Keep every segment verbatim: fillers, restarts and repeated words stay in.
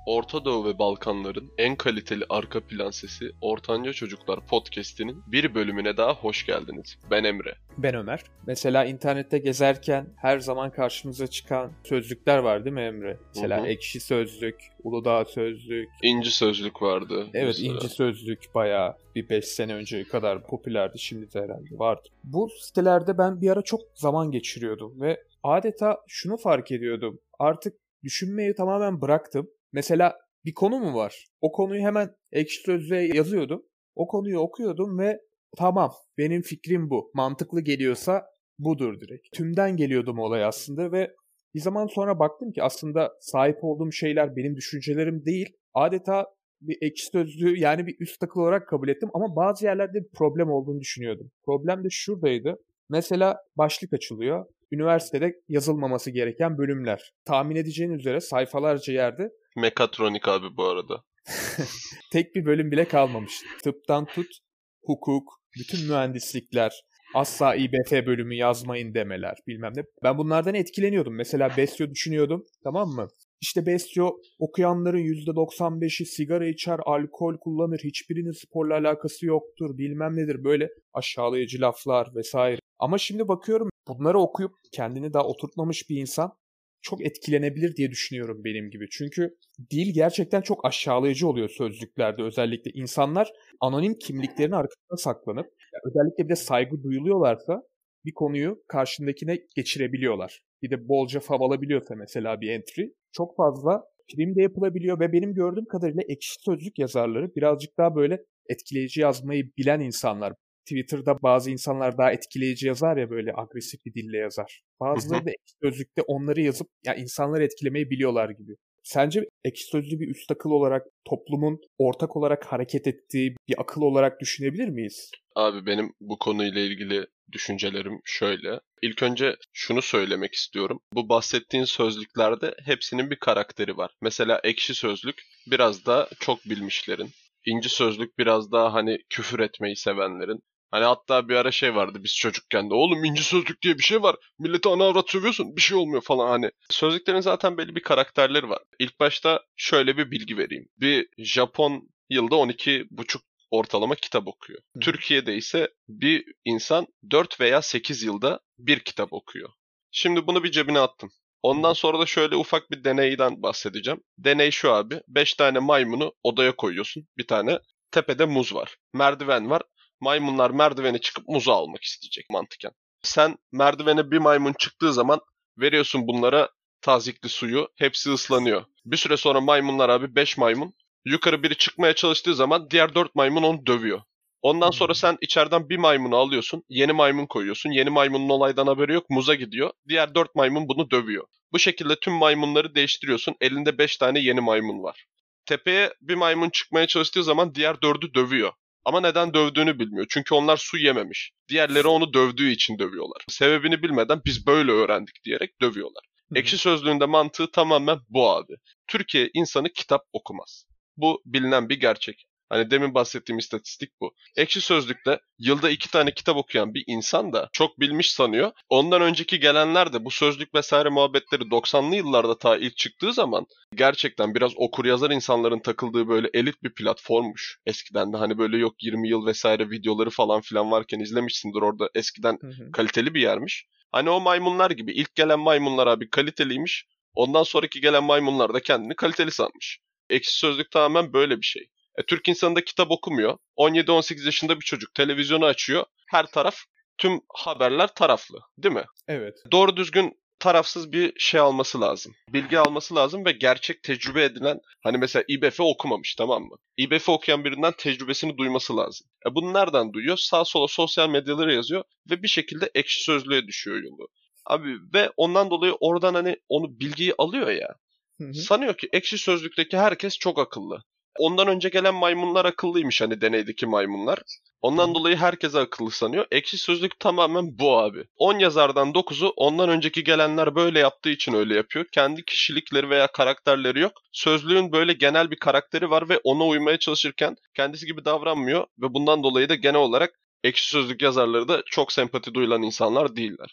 Orta Doğu ve Balkanların en kaliteli arka plan sesi Ortanca Çocuklar Podcast'inin bir bölümüne daha hoş geldiniz. Ben Emre. Ben Ömer. Mesela internette gezerken her zaman karşımıza çıkan sözlükler var değil mi Emre? Mesela Hı hı. Ekşi Sözlük, Uludağ Sözlük. İnci Sözlük vardı. Evet, mesela. İnci Sözlük bayağı bir beş sene önce kadar popülerdi. Şimdi de herhalde vardı. Bu sitelerde ben bir ara çok zaman geçiriyordum ve adeta şunu fark ediyordum. Artık düşünmeyi tamamen bıraktım. Mesela bir konu mu var? O konuyu hemen Ekşi Sözlüğe yazıyordum. O konuyu okuyordum ve tamam, benim fikrim bu. Mantıklı geliyorsa budur direkt. Tümden geliyordum olay aslında ve bir zaman sonra baktım ki aslında sahip olduğum şeyler benim düşüncelerim değil. Adeta bir Ekşi Sözlüğü, yani bir üst akıl olarak kabul ettim ama bazı yerlerde bir problem olduğunu düşünüyordum. Problem de şuradaydı. Mesela başlık açılıyor. Üniversitede yazılmaması gereken bölümler. Tahmin edeceğin üzere sayfalarca yerde Mekatronik abi bu arada. tek bir bölüm bile kalmamış. Tıptan tut, hukuk, bütün mühendislikler, asla İBF bölümü yazmayın demeler, bilmem ne. Ben bunlardan etkileniyordum. Mesela Besyo düşünüyordum, tamam mı? İşte Besyo okuyanların yüzde doksan beşi sigara içer, alkol kullanır, hiçbirinin sporla alakası yoktur, bilmem nedir. Böyle aşağılayıcı laflar vesaire. Ama şimdi bakıyorum, bunları okuyup kendini daha oturtmamış bir insan çok etkilenebilir diye düşünüyorum benim gibi. Çünkü dil gerçekten çok aşağılayıcı oluyor sözlüklerde özellikle. İnsanlar anonim kimliklerin arkasında saklanıp, yani özellikle bir de saygı duyuluyorlarsa bir konuyu karşındakine geçirebiliyorlar. Bir de bolca fav alabiliyorsa mesela bir entry, çok fazla prim de yapılabiliyor ve benim gördüğüm kadarıyla Ekşi Sözlük yazarları birazcık daha böyle etkileyici yazmayı bilen insanlar. Twitter'da bazı insanlar daha etkileyici yazar ya, böyle agresif bir dille yazar. Bazıları da Ekşi Sözlük'te onları yazıp ya insanları etkilemeyi biliyorlar gibi. Sence Ekşi Sözlüğü bir üst akıl olarak, toplumun ortak olarak hareket ettiği bir akıl olarak düşünebilir miyiz? Abi benim bu konuyla ilgili düşüncelerim şöyle. İlk önce şunu söylemek istiyorum. Bu bahsettiğin sözlüklerde hepsinin bir karakteri var. Mesela Ekşi Sözlük biraz da çok bilmişlerin. İnci Sözlük biraz daha hani küfür etmeyi sevenlerin. Hani hatta bir ara şey vardı biz çocukken de. Oğlum İnci Sözlük diye bir şey var. Millete ana avrat sövüyorsun bir şey olmuyor falan hani. Sözlüklerin zaten belli bir karakterleri var. İlk başta şöyle bir bilgi vereyim. Bir Japon yılda on iki buçuk ortalama kitap okuyor. Hı. Türkiye'de ise bir insan dört veya sekiz yılda bir kitap okuyor. Şimdi bunu bir cebine attım. Ondan sonra da şöyle ufak bir deneyden bahsedeceğim. Deney şu abi. beş tane maymunu odaya koyuyorsun. Bir tane tepede muz var. Merdiven var. Maymunlar merdivene çıkıp muzu almak isteyecek mantıken. Sen merdivene bir maymun çıktığı zaman veriyorsun bunlara tazikli suyu. Hepsi ıslanıyor. Bir süre sonra maymunlar abi beş maymun. Yukarı biri çıkmaya çalıştığı zaman diğer dört maymun onu dövüyor. Ondan sonra sen içeriden bir maymunu alıyorsun. Yeni maymun koyuyorsun. Yeni maymunun olaydan haberi yok. Muza gidiyor. Diğer dört maymun bunu dövüyor. Bu şekilde tüm maymunları değiştiriyorsun. Elinde beş tane yeni maymun var. Tepeye bir maymun çıkmaya çalıştığı zaman diğer dördü dövüyor. Ama neden dövdüğünü bilmiyor. Çünkü onlar su yememiş. Diğerleri onu dövdüğü için dövüyorlar. Sebebini bilmeden biz böyle öğrendik diyerek dövüyorlar. Ekşi Sözlüğü'nde mantığı tamamen bu abi. Türkiye insanı kitap okumaz. Bu bilinen bir gerçek. Hani demin bahsettiğim istatistik bu. Ekşi Sözlük'te yılda iki tane kitap okuyan bir insan da çok bilmiş sanıyor. Ondan önceki gelenler de bu sözlük vesaire muhabbetleri doksanlı yıllarda ta ilk çıktığı zaman gerçekten biraz okuryazar insanların takıldığı böyle elit bir platformmuş. Eskiden de hani böyle yok yirmi yıl vesaire videoları falan filan varken izlemişsindir orada eskiden Hı hı. kaliteli bir yermiş. Hani o maymunlar gibi ilk gelen maymunlar abi kaliteliymiş. Ondan sonraki gelen maymunlar da kendini kaliteli sanmış. Ekşi Sözlük tamamen böyle bir şey. E, Türk insanı da kitap okumuyor. on yedi on sekiz yaşında bir çocuk televizyonu açıyor. Her taraf, tüm haberler taraflı, değil mi? Evet. Doğru düzgün tarafsız bir şey alması lazım. Bilgi alması lazım ve gerçek tecrübe edilen, hani mesela İBF okumamış, tamam mı? İBF okuyan birinden tecrübesini duyması lazım. E bunu nereden duyuyor? Sağ sola sosyal medyalara yazıyor ve bir şekilde Ekşi Sözlüğe düşüyor yolu. Abi ve ondan dolayı oradan hani onu bilgiyi alıyor ya. Hı hı. Sanıyor ki Ekşi Sözlük'teki herkes çok akıllı. Ondan önce gelen maymunlar akıllıymış hani deneydeki maymunlar. Ondan dolayı herkese akıllı sanıyor. Ekşi Sözlük tamamen bu abi. on yazardan dokuzu ondan önceki gelenler böyle yaptığı için öyle yapıyor. Kendi kişilikleri veya karakterleri yok. Sözlüğün böyle genel bir karakteri var ve ona uymaya çalışırken kendisi gibi davranmıyor. Ve bundan dolayı da genel olarak Ekşi Sözlük yazarları da çok sempati duyulan insanlar değiller.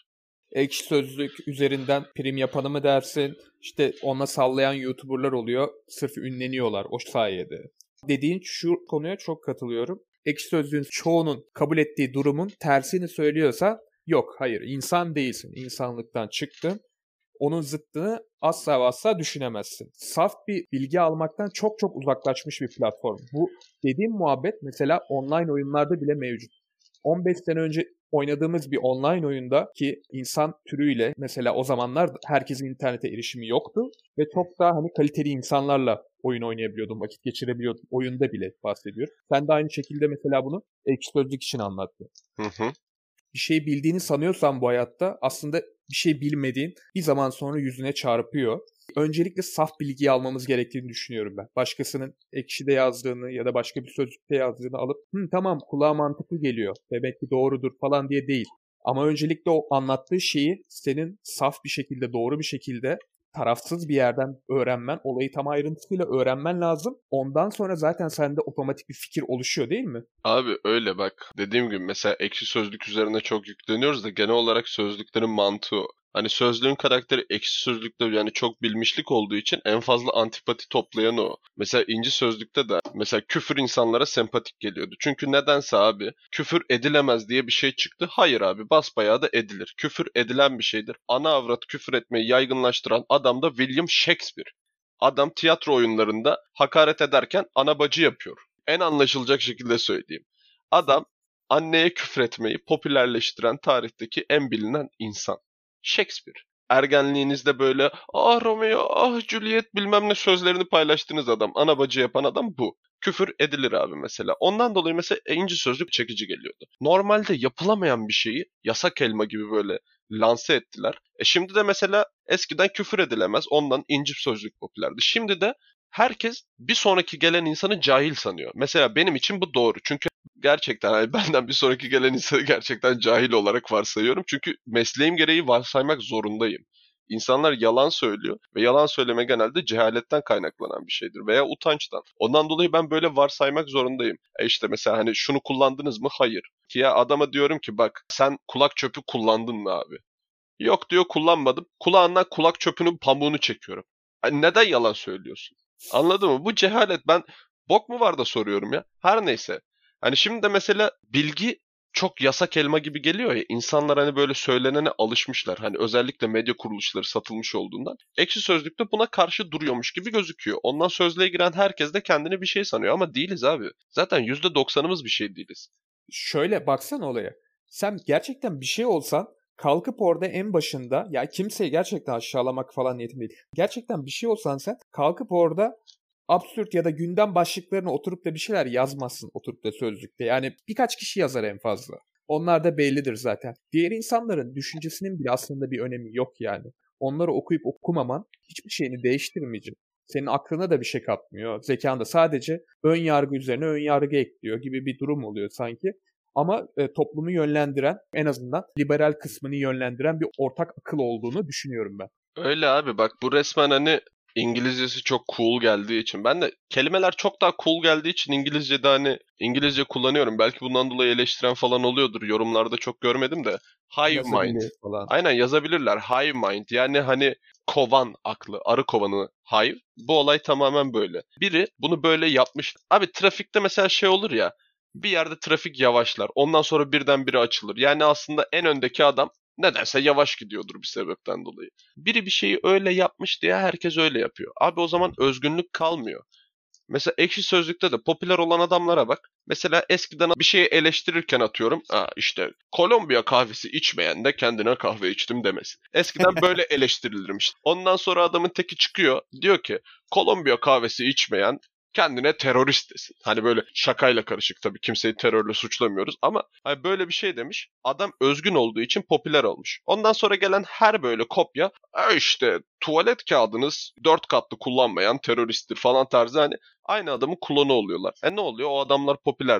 Ekşi Sözlük üzerinden prim yapanı mı dersin? İşte ona sallayan YouTuber'lar oluyor. Sırf ünleniyorlar o sayede. Dediğin şu konuya çok katılıyorum. Ekşi Sözlük'ün çoğunun kabul ettiği durumun tersini söylüyorsa yok, hayır, insan değilsin. İnsanlıktan çıktın. Onun zıttını asla ve asla düşünemezsin. Saf bir bilgi almaktan çok çok uzaklaşmış bir platform. Bu dediğim muhabbet mesela online oyunlarda bile mevcut. on beş sene önce oynadığımız bir online oyunda ki insan türüyle mesela o zamanlar herkesin internete erişimi yoktu ve çok daha hani kaliteli insanlarla oyun oynayabiliyordum, vakit geçirebiliyordum. Oyunda bile bahsediyorum. Sen de aynı şekilde mesela bunu Ekşi Sözlük için anlattın. Hı hı. Bir şey bildiğini sanıyorsan bu hayatta aslında bir şey bilmediğin bir zaman sonra yüzüne çarpıyor. Öncelikle saf bilgiyi almamız gerektiğini düşünüyorum ben. Başkasının Ekşi'de yazdığını ya da başka bir sözlükte yazdığını alıp Hı, tamam kulağa mantıklı geliyor, demek ki doğrudur falan diye değil. Ama öncelikle o anlattığı şeyi senin saf bir şekilde, doğru bir şekilde, tarafsız bir yerden öğrenmen, olayı tam ayrıntısıyla öğrenmen lazım. Ondan sonra zaten sende otomatik bir fikir oluşuyor değil mi? Abi öyle bak. Dediğim gibi mesela Ekşi Sözlük üzerine çok yükleniyoruz da genel olarak sözlüklerin mantığı. Hani sözlüğün karakteri Ekşi Sözlük'te yani çok bilmişlik olduğu için en fazla antipati toplayan o. Mesela İnci Sözlük'te de mesela küfür insanlara sempatik geliyordu. Çünkü nedense abi küfür edilemez diye bir şey çıktı. Hayır abi basbayağı da edilir. Küfür edilen bir şeydir. Ana avrat küfür etmeyi yaygınlaştıran adam da William Shakespeare. Adam tiyatro oyunlarında hakaret ederken ana bacı yapıyor. En anlaşılacak şekilde söyleyeyim. Adam anneye küfretmeyi popülerleştiren tarihteki en bilinen insan. Shakespeare. Ergenliğinizde böyle ah Romeo, ah Juliet bilmem ne sözlerini paylaştığınız adam, ana bacı yapan adam bu. Küfür edilir abi mesela. Ondan dolayı mesela İnci Sözlük çekici geliyordu. Normalde yapılamayan bir şeyi yasak elma gibi böyle lanse ettiler. E şimdi de mesela eskiden küfür edilemez. Ondan İnci Sözlük popülerdi. Şimdi de herkes bir sonraki gelen insanı cahil sanıyor. Mesela benim için bu doğru. Çünkü gerçekten hani benden bir sonraki gelen insanı gerçekten cahil olarak varsayıyorum. Çünkü mesleğim gereği varsaymak zorundayım. İnsanlar yalan söylüyor ve yalan söyleme genelde cehaletten kaynaklanan bir şeydir veya utançtan. Ondan dolayı ben böyle varsaymak zorundayım. E işte mesela hani şunu kullandınız mı? Hayır. Ki ya adama diyorum ki bak sen kulak çöpü kullandın mı abi? Yok diyor kullanmadım. Kulağından kulak çöpünün pamuğunu çekiyorum. Hani neden yalan söylüyorsun? Anladın mı? Bu cehalet. Ben bok mu var da soruyorum ya. Her neyse. Hani şimdi de mesela bilgi çok yasak elma gibi geliyor ya. İnsanlar hani böyle söylenene alışmışlar. Hani özellikle medya kuruluşları satılmış olduğundan. Ekşi Sözlük'te buna karşı duruyormuş gibi gözüküyor. Ondan sözlüğe giren herkes de kendini bir şey sanıyor ama değiliz abi. Zaten yüzde doksanımız bir şey değiliz. Şöyle baksana olaya. Sen gerçekten bir şey olsan kalkıp orada en başında, ya kimseyi gerçekten aşağılamak falan niyetim değil. Gerçekten bir şey olsan sen kalkıp orada absürt ya da gündem başlıklarına oturup da bir şeyler yazmazsın oturup da sözlükte. Yani birkaç kişi yazar en fazla. Onlar da bellidir zaten. Diğer insanların düşüncesinin bile aslında bir önemi yok yani. Onları okuyup okumaman hiçbir şeyini değiştirmeyecek. Senin aklına da bir şey katmıyor. Zekan da sadece ön yargı üzerine ön yargı ekliyor gibi bir durum oluyor sanki. Ama e, toplumu yönlendiren, en azından liberal kısmını yönlendiren bir ortak akıl olduğunu düşünüyorum ben. Öyle abi bak bu resmen hani İngilizcesi çok cool geldiği için. Ben de kelimeler çok daha cool geldiği için İngilizce'de hani İngilizce kullanıyorum. Belki bundan dolayı eleştiren falan oluyordur. Yorumlarda çok görmedim de. Hive mind. Yazabilir falan. Aynen yazabilirler. Hive mind. Yani hani kovan aklı. Arı kovanı hive. Bu olay tamamen böyle. Biri bunu böyle yapmış. Abi trafikte mesela şey olur ya. Bir yerde trafik yavaşlar. Ondan sonra birdenbire açılır. Yani aslında en öndeki adam nedense yavaş gidiyordur bir sebepten dolayı. Biri bir şeyi öyle yapmış diye herkes öyle yapıyor. Abi o zaman özgünlük kalmıyor. Mesela Ekşi Sözlük'te de popüler olan adamlara bak. Mesela eskiden bir şeyi eleştirirken atıyorum. Aa işte Kolombiya kahvesi içmeyen de kendine kahve içtim demesin. Eskiden böyle eleştirilirmiş. Ondan sonra adamın teki çıkıyor. Diyor ki Kolombiya kahvesi içmeyen kendine terörist desin. Hani böyle şakayla karışık tabii kimseyi terörle suçlamıyoruz ama hani böyle bir şey demiş. Adam özgün olduğu için popüler olmuş. Ondan sonra gelen her böyle kopya e işte tuvalet kağıdınız dört katlı kullanmayan teröristtir falan tarzı hani aynı adamın klonu oluyorlar. E ne oluyor? O adamlar popüler değil.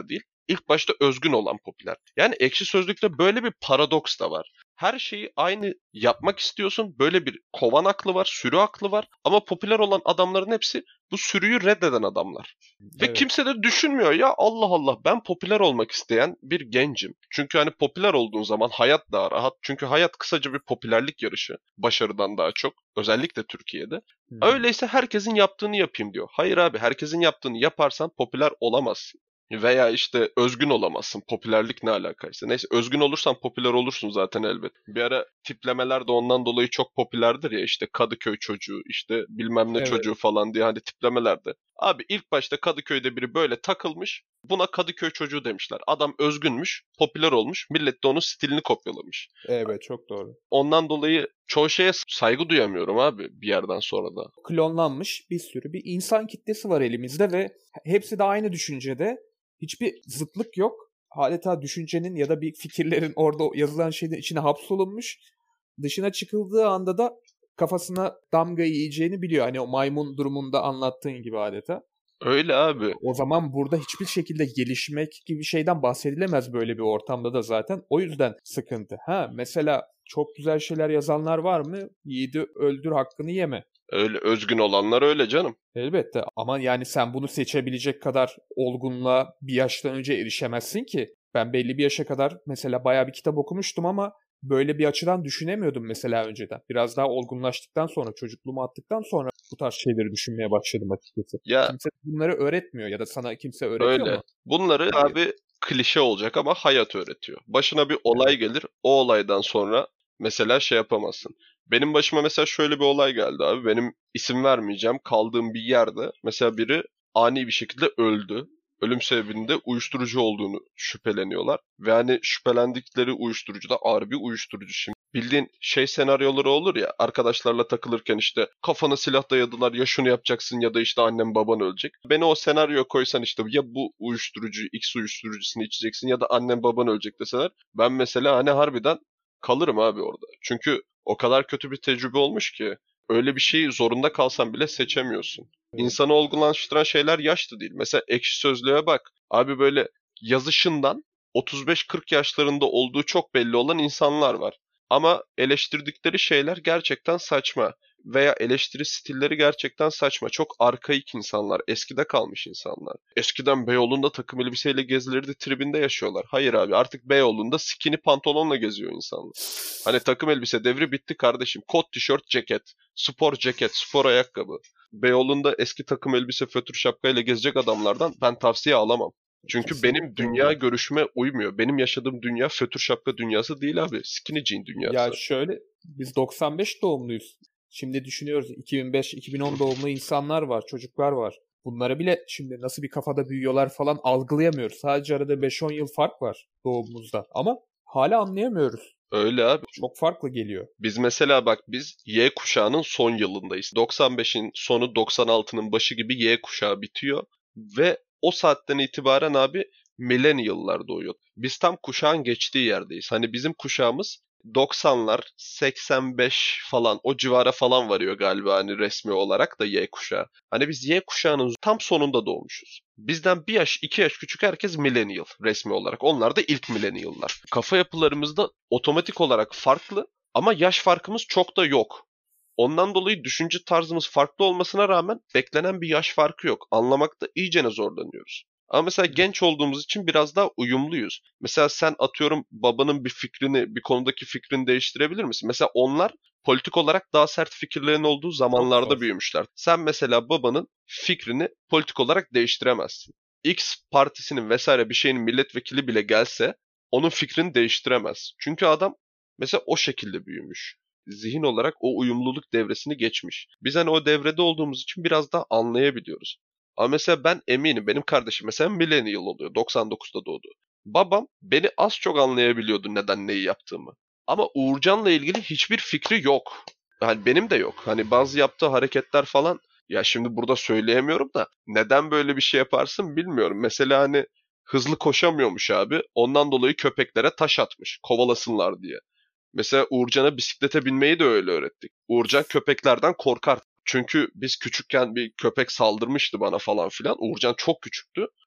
ilk başta özgün olan popüler. Yani Ekşi Sözlük'te böyle bir paradoks da var. Her şeyi aynı yapmak istiyorsun. Böyle bir kovan aklı var, sürü aklı var. Ama popüler olan adamların hepsi bu sürüyü reddeden adamlar. Ve Evet. kimse de düşünmüyor ya, Allah Allah, ben popüler olmak isteyen bir gencim. Çünkü hani popüler olduğun zaman hayat daha rahat. Çünkü hayat kısaca bir popülerlik yarışı. Başarıdan daha çok. Özellikle Türkiye'de. Hı hı. Öyleyse herkesin yaptığını yapayım diyor. Hayır abi, herkesin yaptığını yaparsan popüler olamazsın. Veya işte özgün olamazsın. Popülerlik ne alakaysa. Neyse, özgün olursan popüler olursun zaten elbet. Bir ara tiplemeler de ondan dolayı çok popülerdir ya, işte Kadıköy çocuğu, işte bilmem ne Evet. çocuğu falan diye hani tiplemelerde. Abi ilk başta Kadıköy'de biri böyle takılmış. Buna Kadıköy çocuğu demişler. Adam özgünmüş, popüler olmuş. Millet de onun stilini kopyalamış. Evet, çok doğru. Ondan dolayı çoğu şeye saygı duyamıyorum abi bir yerden sonra da. Klonlanmış bir sürü bir insan kitlesi var elimizde ve hepsi de aynı düşüncede. Hiçbir zıtlık yok. Adeta düşüncenin ya da bir fikirlerin orada yazılan şeyin içine hapsolunmuş. Dışına çıkıldığı anda da kafasına damgayı yiyeceğini biliyor. Hani o maymun durumunda anlattığın gibi adeta. Öyle abi. O zaman burada hiçbir şekilde gelişmek gibi bir şeyden bahsedilemez böyle bir ortamda da zaten. O yüzden sıkıntı. Ha mesela çok güzel şeyler yazanlar var mı? Yiğidi öldür, hakkını yeme. Öyle özgün olanlar öyle canım. Elbette ama yani sen bunu seçebilecek kadar olgunluğa bir yaştan önce erişemezsin ki. Ben belli bir yaşa kadar mesela bayağı bir kitap okumuştum ama böyle bir açıdan düşünemiyordum mesela önceden. Biraz daha olgunlaştıktan sonra, çocukluğumu attıktan sonra bu tarz şeyleri düşünmeye başladım açıkçası. Ya Kimse bunları öğretmiyor ya da sana kimse öğretiyor öyle. mu? Bunları Hayır. abi klişe olacak ama hayat öğretiyor. Başına bir olay gelir. O olaydan sonra mesela şey yapamazsın. Benim başıma mesela şöyle bir olay geldi abi. Benim isim vermeyeceğim. Kaldığım bir yerde mesela biri ani bir şekilde öldü. Ölüm sebebinde uyuşturucu olduğunu şüpheleniyorlar. Ve hani şüphelendikleri uyuşturucu da ağır bir uyuşturucu şimdi. Bildiğin şey senaryoları olur ya, arkadaşlarla takılırken işte kafana silah dayadılar, ya şunu yapacaksın ya da işte annen baban ölecek. Beni o senaryoya koysan işte ya bu uyuşturucu X uyuşturucusunu içeceksin ya da annen baban ölecek deseler, ben mesela hani harbiden kalırım abi orada. Çünkü o kadar kötü bir tecrübe olmuş ki öyle bir şeyi zorunda kalsan bile seçemiyorsun. Evet. İnsanı olgunlaştıran şeyler yaş da değil. Mesela Ekşi Sözlüğe bak. Abi böyle yazışından otuz beş kırk yaşlarında olduğu çok belli olan insanlar var. Ama eleştirdikleri şeyler gerçekten saçma. Veya eleştiri stilleri gerçekten saçma. Çok arkaik insanlar. Eskide kalmış insanlar. Eskiden Beyoğlu'nda takım elbiseyle gezilirdi, tribinde yaşıyorlar. Hayır abi, artık Beyoğlu'nda skinny pantolonla geziyor insanlar. Hani takım elbise devri bitti kardeşim. Kot tişört, ceket. Spor ceket, spor ayakkabı. Beyoğlu'nda eski takım elbise, fötr şapkayla gezecek adamlardan ben tavsiye alamam. Çünkü benim Kesinlikle dünya öyle. görüşüme uymuyor. Benim yaşadığım dünya fötr şapka dünyası değil abi. Skinny jean dünyası. Ya şöyle biz doksan beş doğumluyuz. Şimdi düşünüyoruz iki bin beş iki bin on doğumlu insanlar var, çocuklar var. Bunlara bile şimdi nasıl bir kafada büyüyorlar falan algılayamıyoruz. Sadece arada beş on yıl fark var doğumumuzda. Ama hala anlayamıyoruz. Öyle abi. Çok farklı geliyor. Biz mesela bak, biz Y kuşağının son yılındayız. doksan beşin sonu, doksan altının başı gibi Y kuşağı bitiyor. Ve o saatten itibaren abi millennial'lar doğuyor. Biz tam kuşağın geçtiği yerdeyiz. Hani bizim kuşağımız doksanlar, seksen beş falan o civara falan varıyor galiba hani resmi olarak da Y kuşağı. Hani biz Y kuşağının tam sonunda doğmuşuz. Bizden bir yaş, iki yaş küçük herkes millennial resmi olarak. Onlar da ilk millennial'lar. Kafa yapılarımız da otomatik olarak farklı ama yaş farkımız çok da yok. Ondan dolayı düşünce tarzımız farklı olmasına rağmen beklenen bir yaş farkı yok. Anlamakta iyicene zorlanıyoruz. Ama mesela genç olduğumuz için biraz daha uyumluyuz. Mesela sen atıyorum babanın bir fikrini, bir konudaki fikrini değiştirebilir misin? Mesela onlar politik olarak daha sert fikirlerin olduğu Çok zamanlarda zor. büyümüşler. Sen mesela babanın fikrini politik olarak değiştiremezsin. X partisinin vesaire bir şeyin milletvekili bile gelse onun fikrini değiştiremez. Çünkü adam mesela o şekilde büyümüş. Zihin olarak o uyumluluk devresini geçmiş. Biz hani o devrede olduğumuz için biraz daha anlayabiliyoruz. Ama mesela ben eminim, benim kardeşim mesela millennial oluyor. doksan dokuzda doğdu. Babam beni az çok anlayabiliyordu neden neyi yaptığımı. Ama Uğurcan'la ilgili hiçbir fikri yok. Yani benim de yok. Hani bazı yaptığı hareketler falan, ya şimdi burada söyleyemiyorum da neden böyle bir şey yaparsın bilmiyorum. Mesela hani hızlı koşamıyormuş abi. Ondan dolayı köpeklere taş atmış kovalasınlar diye. Mesela Uğurcan'a bisiklete binmeyi de öyle öğrettik. Uğurcan köpeklerden korkar. Çünkü biz küçükken bir köpek saldırmıştı bana falan filan. Uğurcan çok küçüktü.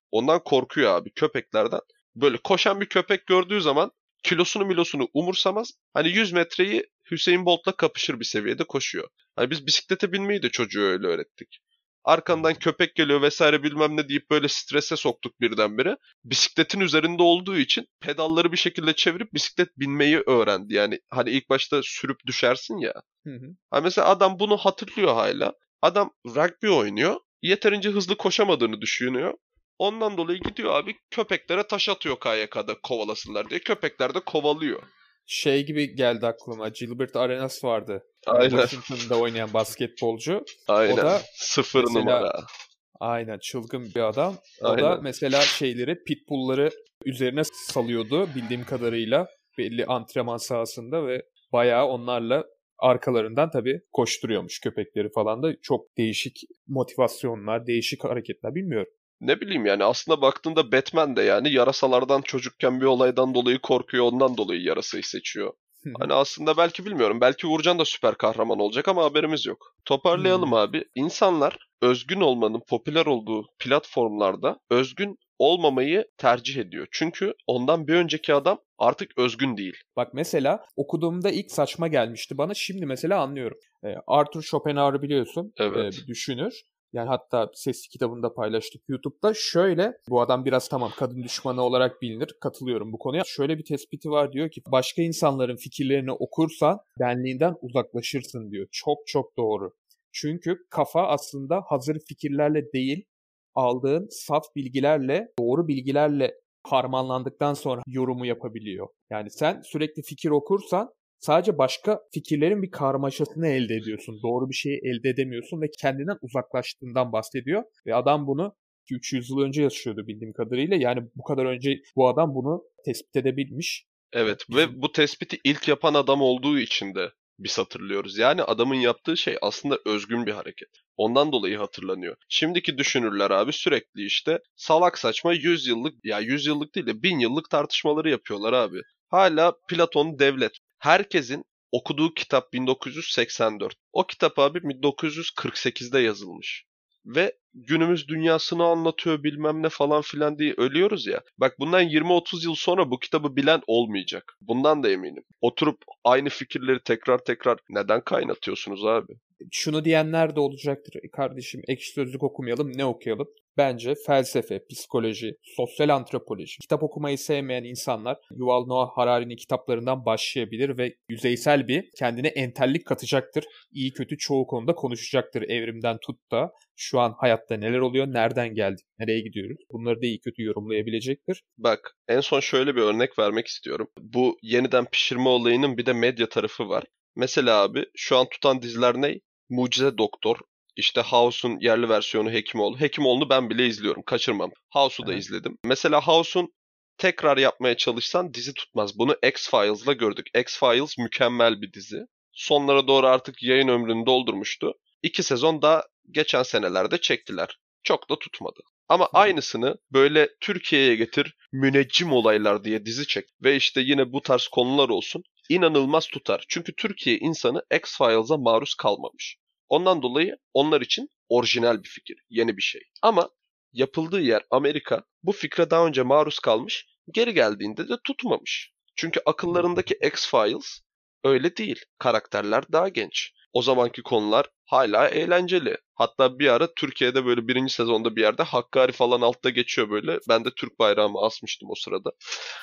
Ondan korkuyor abi, köpeklerden. Böyle koşan bir köpek gördüğü zaman kilosunu milosunu umursamaz. Hani yüz metreyi Hüseyin Bolt'la kapışır bir seviyede koşuyor. Hani biz bisiklete binmeyi de çocuğa öyle öğrettik. Arkandan köpek geliyor vesaire bilmem ne deyip böyle strese soktuk birdenbire. Bisikletin üzerinde olduğu için pedalları bir şekilde çevirip bisiklet binmeyi öğrendi. Yani hani ilk başta sürüp düşersin ya. Hı hı. Hani mesela adam bunu hatırlıyor hala. Adam rugby oynuyor. Yeterince hızlı koşamadığını düşünüyor. Ondan dolayı gidiyor abi köpeklere taş atıyor K Y K'da kovalasınlar diye. Köpekler de kovalıyor. Şey gibi geldi aklıma. Gilbert Arenas vardı. Ee, Aynen. Washington'da oynayan basketbolcu. O Aynen. da Sıfır mesela numara. aynen çılgın bir adam. O da Aynen. mesela şeyleri, pitbullları üzerine salıyordu bildiğim kadarıyla belli antrenman sahasında ve bayağı onlarla arkalarından tabii koşturuyormuş köpekleri falan da. Çok değişik motivasyonlar, değişik hareketler, bilmiyorum. Ne bileyim yani aslında baktığında Batman de yani yarasalardan çocukken bir olaydan dolayı korkuyor, ondan dolayı yarasayı seçiyor. Hani aslında belki bilmiyorum, belki Uğurcan da süper kahraman olacak ama haberimiz yok. Toparlayalım Hmm. abi. İnsanlar özgün olmanın popüler olduğu platformlarda özgün olmamayı tercih ediyor. Çünkü ondan bir önceki adam artık özgün değil. Bak mesela okuduğumda ilk saçma gelmişti bana. Şimdi mesela anlıyorum. Ee, Arthur Schopenhauer'ı biliyorsun. Ee, Evet. bir düşünür. Yani hatta sesli kitabında paylaştık YouTube'da. Şöyle, bu adam biraz tamam kadın düşmanı olarak bilinir. Katılıyorum bu konuya. Şöyle bir tespiti var, diyor ki başka insanların fikirlerini okursan benliğinden uzaklaşırsın diyor. Çok çok doğru. Çünkü kafa aslında hazır fikirlerle değil, aldığın saf bilgilerle, doğru bilgilerle harmanlandıktan sonra yorumu yapabiliyor. Yani sen sürekli fikir okursan sadece başka fikirlerin bir karmaşasını elde ediyorsun. Doğru bir şeyi elde edemiyorsun ve kendinden uzaklaştığından bahsediyor. Ve adam bunu iki üç yüz yıl önce yaşıyordu bildiğim kadarıyla. Yani bu kadar önce bu adam bunu tespit edebilmiş. Evet Bizim ve bu tespiti ilk yapan adam olduğu için de biz hatırlıyoruz. Yani adamın yaptığı şey aslında özgün bir hareket. Ondan dolayı hatırlanıyor. Şimdiki düşünürler abi sürekli işte salak saçma yüz yıllık ya yüz yıllık değil de bin yıllık tartışmaları yapıyorlar abi. Hala Platon devlet. Herkesin okuduğu kitap bin dokuz yüz seksen dört. O kitap abi bin dokuz yüz kırk sekizde yazılmış. Ve günümüz dünyasını anlatıyor bilmem ne falan filan diye ölüyoruz ya. Bak bundan yirmi otuz yıl sonra bu kitabı bilen olmayacak. Bundan da eminim. Oturup aynı fikirleri tekrar tekrar neden kaynatıyorsunuz abi? şunu diyenler de olacaktır. "E kardeşim, Ekşi Sözlük okumayalım, ne okuyalım?" Bence felsefe, psikoloji, sosyal antropoloji, kitap okumayı sevmeyen insanlar Yuval Noah Harari'nin kitaplarından başlayabilir ve yüzeysel bir kendine entellik katacaktır. İyi kötü çoğu konuda konuşacaktır, evrimden tut da şu an hayatta neler oluyor, nereden geldik, nereye gidiyoruz. Bunları da iyi kötü yorumlayabilecektir. Bak en son şöyle bir örnek vermek istiyorum. Bu yeniden pişirme olayının bir de medya tarafı var. Mesela abi şu an tutan diziler ne? Mucize Doktor. İşte House'un yerli versiyonu Hekimoğlu. Hekimoğlu'nu ben bile izliyorum. Kaçırmam. House'u da Aha. izledim. Mesela House'un tekrar yapmaya çalışsan dizi tutmaz. Bunu X-Files'la gördük. X-Files mükemmel bir dizi. Sonlara doğru artık yayın ömrünü doldurmuştu. İki sezon daha geçen senelerde çektiler. Çok da tutmadı. Ama aynısını böyle Türkiye'ye getir, müneccim olaylar diye dizi çek ve işte yine bu tarz konular olsun. İnanılmaz tutar. Çünkü Türkiye insanı X-Files'a maruz kalmamış. Ondan dolayı onlar için orijinal bir fikir, yeni bir şey. Ama yapıldığı yer Amerika, bu fikre daha önce maruz kalmış, geri geldiğinde de tutmamış. Çünkü akıllarındaki X-Files öyle değil. Karakterler daha genç. O zamanki konular hala eğlenceli. Hatta bir ara Türkiye'de böyle birinci sezonda bir yerde Hakkari falan altta geçiyor böyle. Ben de Türk bayrağımı asmıştım o sırada.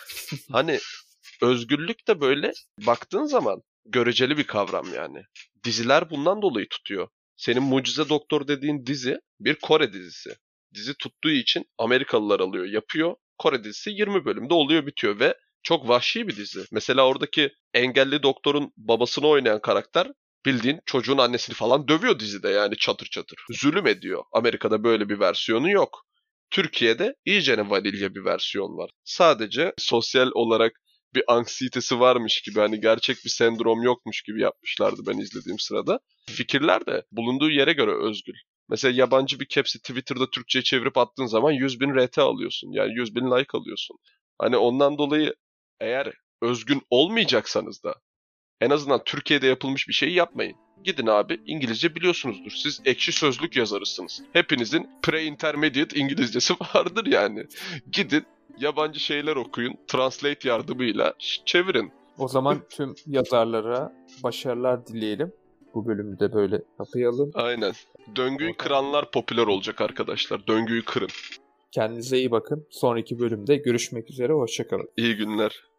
Hani özgürlük de böyle baktığın zaman göreceli bir kavram yani. Diziler bundan dolayı tutuyor. Senin Mucize Doktor dediğin dizi bir Kore dizisi. Dizi tuttuğu için Amerikalılar alıyor, yapıyor. Kore dizisi yirmi bölümde oluyor, bitiyor ve çok vahşi bir dizi. Mesela oradaki engelli doktorun babasını oynayan karakter bildiğin çocuğun annesini falan dövüyor dizide yani çatır çatır. Zulüm ediyor. Amerika'da böyle bir versiyonu yok. Türkiye'de iyicene vanilya bir versiyon var. Sadece sosyal olarak bir anksiyetesi varmış gibi hani gerçek bir sendrom yokmuş gibi yapmışlardı ben izlediğim sırada. Fikirler de bulunduğu yere göre özgür. Mesela yabancı bir caps'i Twitter'da Türkçe'ye çevirip attığın zaman yüz bin R T alıyorsun. Yani yüz bin like alıyorsun. Hani ondan dolayı eğer özgün olmayacaksanız da en azından Türkiye'de yapılmış bir şeyi yapmayın. Gidin abi, İngilizce biliyorsunuzdur. Siz ekşi sözlük yazarısınız. Hepinizin pre-intermediate İngilizcesi vardır yani. Gidin yabancı şeyler okuyun. Translate yardımıyla çevirin. O zaman tüm yazarlara başarılar dileyelim. Bu bölümü de böyle kapayalım. Aynen. Döngüyü kıranlar popüler olacak arkadaşlar. Döngüyü kırın. Kendinize iyi bakın. Sonraki bölümde görüşmek üzere. Hoşça kalın. İyi günler.